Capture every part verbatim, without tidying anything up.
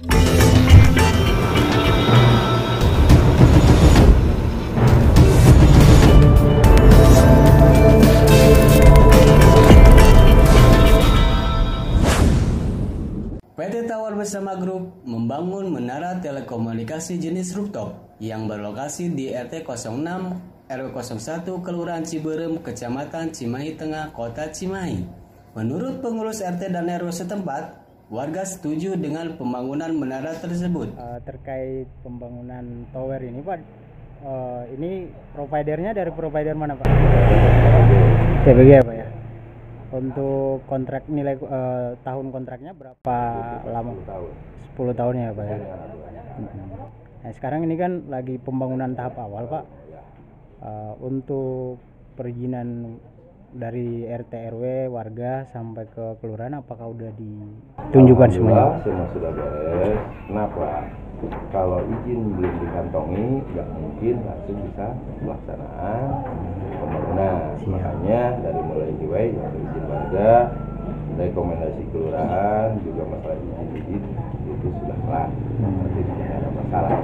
P T Tower Bersama Group membangun menara telekomunikasi jenis rooftop yang berlokasi di R T nol enam R W nol satu Kelurahan Ciberem, Kecamatan Cimahi Tengah, Kota Cimahi. Menurut pengurus R T dan R W setempat, warga setuju dengan pembangunan menara tersebut. Uh, terkait pembangunan tower ini, Pak, uh, ini providernya dari provider mana, Pak? T B G ya, Pak ya. Untuk kontrak nilai uh, tahun kontraknya berapa lama? sepuluh tahun. sepuluh tahun ya, Pak ya. Nah, sekarang ini kan lagi pembangunan tahap awal, Pak. Uh, untuk perizinan dari R T R W warga sampai ke kelurahan apakah udah ditunjukkan semuanya? Semua sudah beres. Kenapa? Kalau izin belum dikantongi, nggak mungkin langsung bisa pelaksanaan pembangunan. Makanya dari mulai jiwai izin warga, rekomendasi kelurahan, juga masalah izin-izin itu sudah kelar. Berarti tidak ada masalah.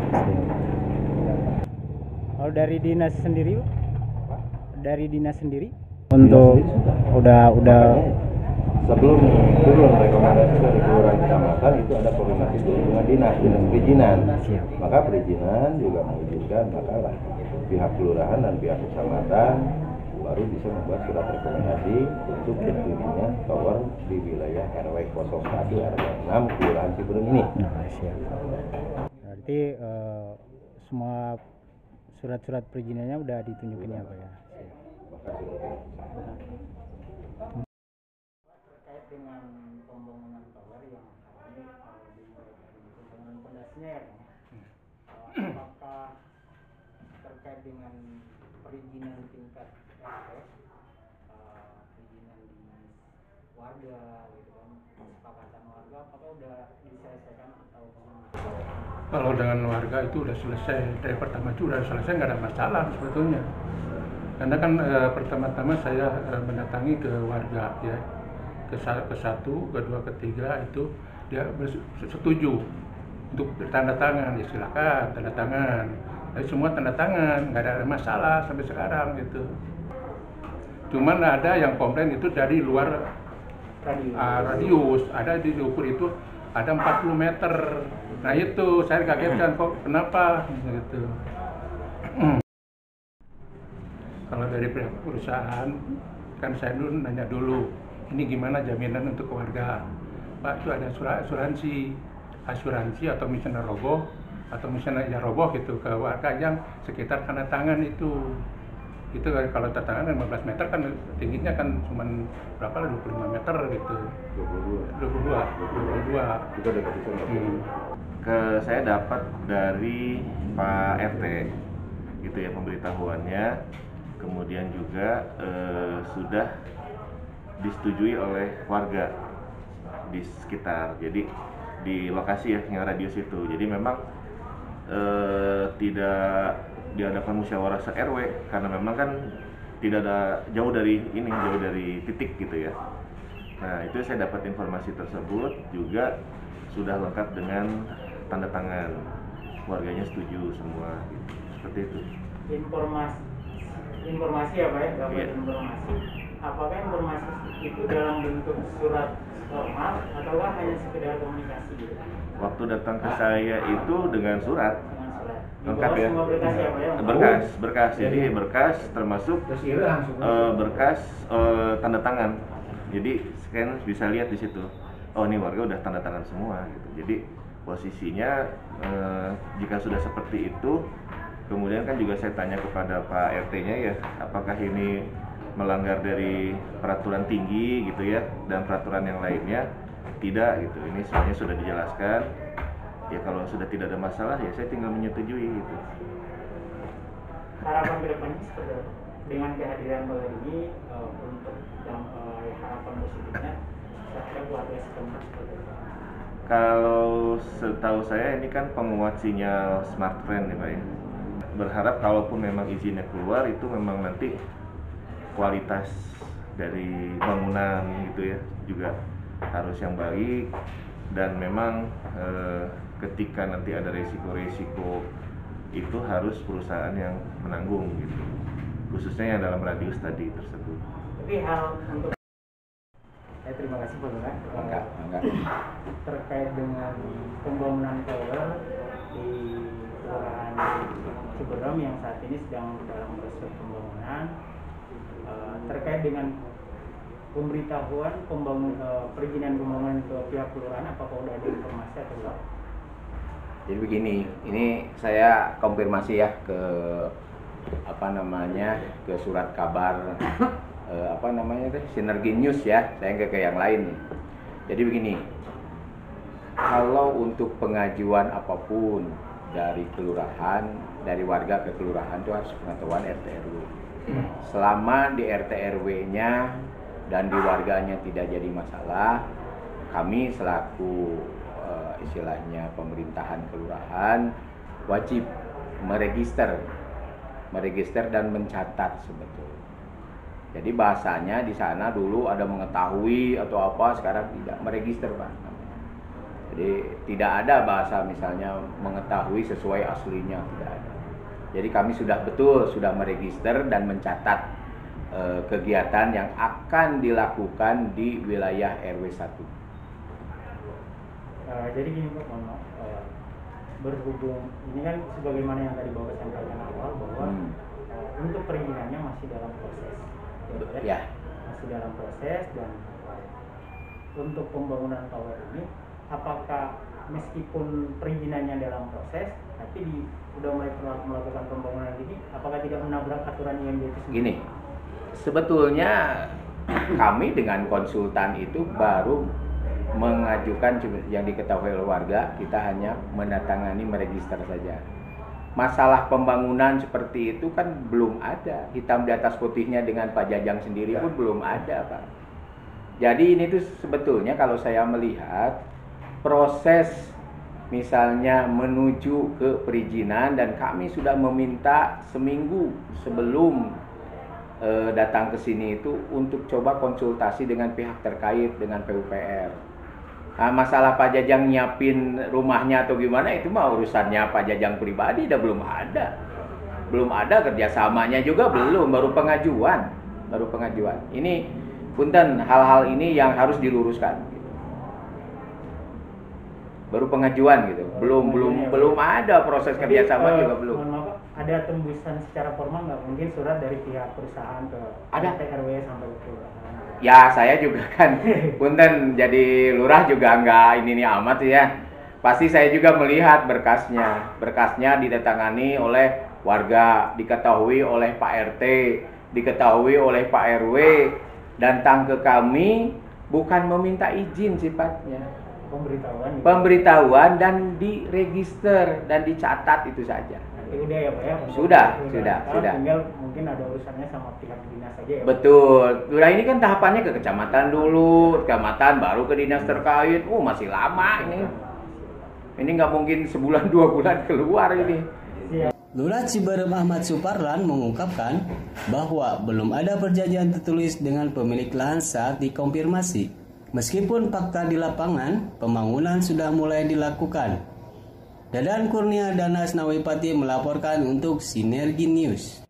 Kalau dari dinas sendiri, Pak? Dari dinas sendiri? Untuk dinas sudah. udah udah Makanya, sebelum turun rekomendasi dari kelurahan kecamatan itu ada koordinasi dulu dengan dinas dinas perizinan. Maka perizinan juga mengizinkan, makalah pihak kelurahan dan pihak kecamatan baru bisa membuat surat rekomendasi untuk berdirinya tower di wilayah R W nol satu R W enam Kelurahan Ciberem ini. Nah, siap. Berarti uh, semua surat-surat perizinannya udah ditunjukin ya, Pak ya. Terkait dengan pembangunan tower yang ini dimulai dari pembangunan pondasinya ya, Pak. Apakah terkait dengan perizinan tingkat R T, uh, perizinan di warga, gitu kan, kesepakatan warga, apakah udah diselesaikan atau bagaimana? Kalau dengan warga itu udah selesai, dari pertama itu udah selesai, nggak ada masalah sebetulnya. Karena kan e, pertama-tama saya e, mendatangi ke warga ya, ke, ke satu, kedua, ketiga itu dia setuju untuk tanda tangan, ya silakan tanda tangan. Jadi semua tanda tangan, nggak ada masalah sampai sekarang gitu. Cuman ada yang komplain itu dari luar radius, uh, radius. Ada di diukur itu ada empat puluh meter. Nah itu saya kagetkan kok kenapa gitu. Kalau dari pihak perusahaan kan saya dulu nanya dulu, ini gimana jaminan untuk keluarga? Pak, itu ada asuransi, asuransi atau misalnya roboh atau misalnya ya roboh gitu ke warga yang sekitar tanda tangan itu. Itu kalau tanda tangan lima belas meter kan tingginya kan cuma berapa lah, dua puluh lima meter gitu. dua puluh dua. dua puluh dua. dua puluh dua. Itu ada keputusan. Hmm. Ke saya dapat dari Pak R T gitu ya pemberitahuannya, kemudian juga eh, sudah disetujui oleh warga di sekitar, jadi di lokasi ya yang radius itu. Jadi memang eh, tidak diadakan musyawarah se R W karena memang kan tidak ada jauh dari ini jauh dari titik gitu ya. Nah itu saya dapat informasi tersebut juga sudah lengkap dengan tanda tangan, warganya setuju semua gitu. Seperti itu. Informasi informasi ya, Pak ya, dapat yeah. informasi. Apakah informasi itu dalam bentuk surat formal atau hanya sekedar komunikasi gitu? Waktu datang ke saya itu dengan surat. Dengan surat. Lengkap ya. Semua berkas ya, Pak ya? Berkas, berkas. Jadi berkas termasuk uh, berkas uh, tanda tangan. Jadi scan bisa lihat di situ. Oh ini warga udah tanda tangan semua gitu. Jadi posisinya uh, jika sudah seperti itu, kemudian kan juga saya tanya kepada Pak R T-nya ya, apakah ini melanggar dari peraturan tinggi gitu ya dan peraturan yang lainnya? Tidak gitu. Ini semuanya sudah dijelaskan. Ya kalau sudah tidak ada masalah ya saya tinggal menyetujui gitu. Harapan kedepannya seperti apa? Dengan kehadiran Bapak ini uh, untuk yang uh, harapan positifnya terhadap warga setempat seperti apa? Kalau setahu saya ini kan penguat sinyal smartfren nih Pak ya. Berharap kalaupun memang izinnya keluar itu memang nanti kualitas dari bangunan gitu ya juga harus yang baik dan memang eh, ketika nanti ada resiko-resiko itu harus perusahaan yang menanggung gitu, khususnya yang dalam radius tadi tersebut. Tapi hal untuk saya terima kasih Pak Lurah. Enggak, enggak. Terkait dengan pembangunan tower di Kelurahan Ciberem yang saat ini sedang dalam proses pembangunan, uh, terkait dengan pemberitahuan pembangun uh, perizinan pembangunan ke pihak kelurahan, apakah sudah ada informasi atau enggak? Jadi begini, ini saya konfirmasi ya ke apa namanya ke surat kabar eh, apa namanya itu Sinergi News ya, saya nggak ke yang lain. Jadi begini, kalau untuk pengajuan apapun dari kelurahan, dari warga ke kelurahan itu harus pengetahuan R T R W. Selama di R T R W-nya dan di warganya tidak jadi masalah, kami selaku uh, istilahnya pemerintahan kelurahan wajib meregister, meregister dan mencatat sebetulnya. Jadi bahasanya di sana dulu ada mengetahui atau apa, sekarang tidak, meregister Pak. Jadi tidak ada bahasa misalnya mengetahui sesuai aslinya, tidak ada. Jadi kami sudah betul sudah meregister dan mencatat eh, kegiatan yang akan dilakukan di wilayah R W satu. Uh, jadi gini Pak, mohon maaf, uh, berhubung ini kan sebagaimana yang tadi Bapak sampaikan awal bahwa hmm. uh, untuk perizinannya masih dalam proses, ya, ya. masih dalam proses, dan untuk pembangunan tower ini, apakah meskipun perizinannya dalam proses, tapi di, sudah mulai melakukan pembangunan ini, apakah tidak menabrak aturan I M D itu? Gini, sebetulnya kami dengan konsultan itu baru mengajukan yang diketahui oleh warga, kita hanya menandatangani meregister saja. Masalah pembangunan seperti itu kan belum ada, hitam di atas putihnya dengan Pak Jajang sendiri pun belum ada Pak. Jadi ini tuh sebetulnya kalau saya melihat proses misalnya menuju ke perizinan, dan kami sudah meminta seminggu sebelum e, datang ke sini itu untuk coba konsultasi dengan pihak terkait dengan P U P R. Nah, masalah Pak Jajang nyiapin rumahnya atau gimana itu mah urusannya Pak Jajang pribadi, dah belum ada. Belum ada kerjasamanya juga belum, baru pengajuan, baru pengajuan. Ini punten, hal-hal ini yang harus diluruskan. Baru pengajuan gitu, belum belum ya, belum ada proses Jadi, kerjasama uh, juga belum. Mohon maaf, ada tembusan secara formal nggak? Mungkin surat dari pihak perusahaan ke Ada. R T R W sampai ke kelurahan. Ya saya juga kan, punten jadi lurah juga nggak ini nih amat ya. Pasti saya juga melihat berkasnya, berkasnya ditandatangani oleh warga, diketahui oleh Pak R T, diketahui oleh Pak R W, datang ke kami bukan meminta izin sifatnya. Pemberitahuan. Gitu. Pemberitahuan dan diregister dan dicatat itu saja. Nanti udah ya Pak ya? Sudah, Untuk sudah, sekarang sudah. Tinggal mungkin ada urusannya sama pihak dinas saja ya Pak? Betul. Nah ini kan tahapannya ke kecamatan dulu, kecamatan baru ke dinas terkait. Uh masih lama ini. Ini nggak mungkin sebulan dua bulan keluar ini. Lurah Ciberem Ahmad Suparlan mengungkapkan bahwa belum ada perjanjian tertulis dengan pemilik lahan saat dikonfirmasi. Meskipun fakta di lapangan, pembangunan sudah mulai dilakukan. Dadan Kurnia dan Asnawi Pati melaporkan untuk Sinergi News.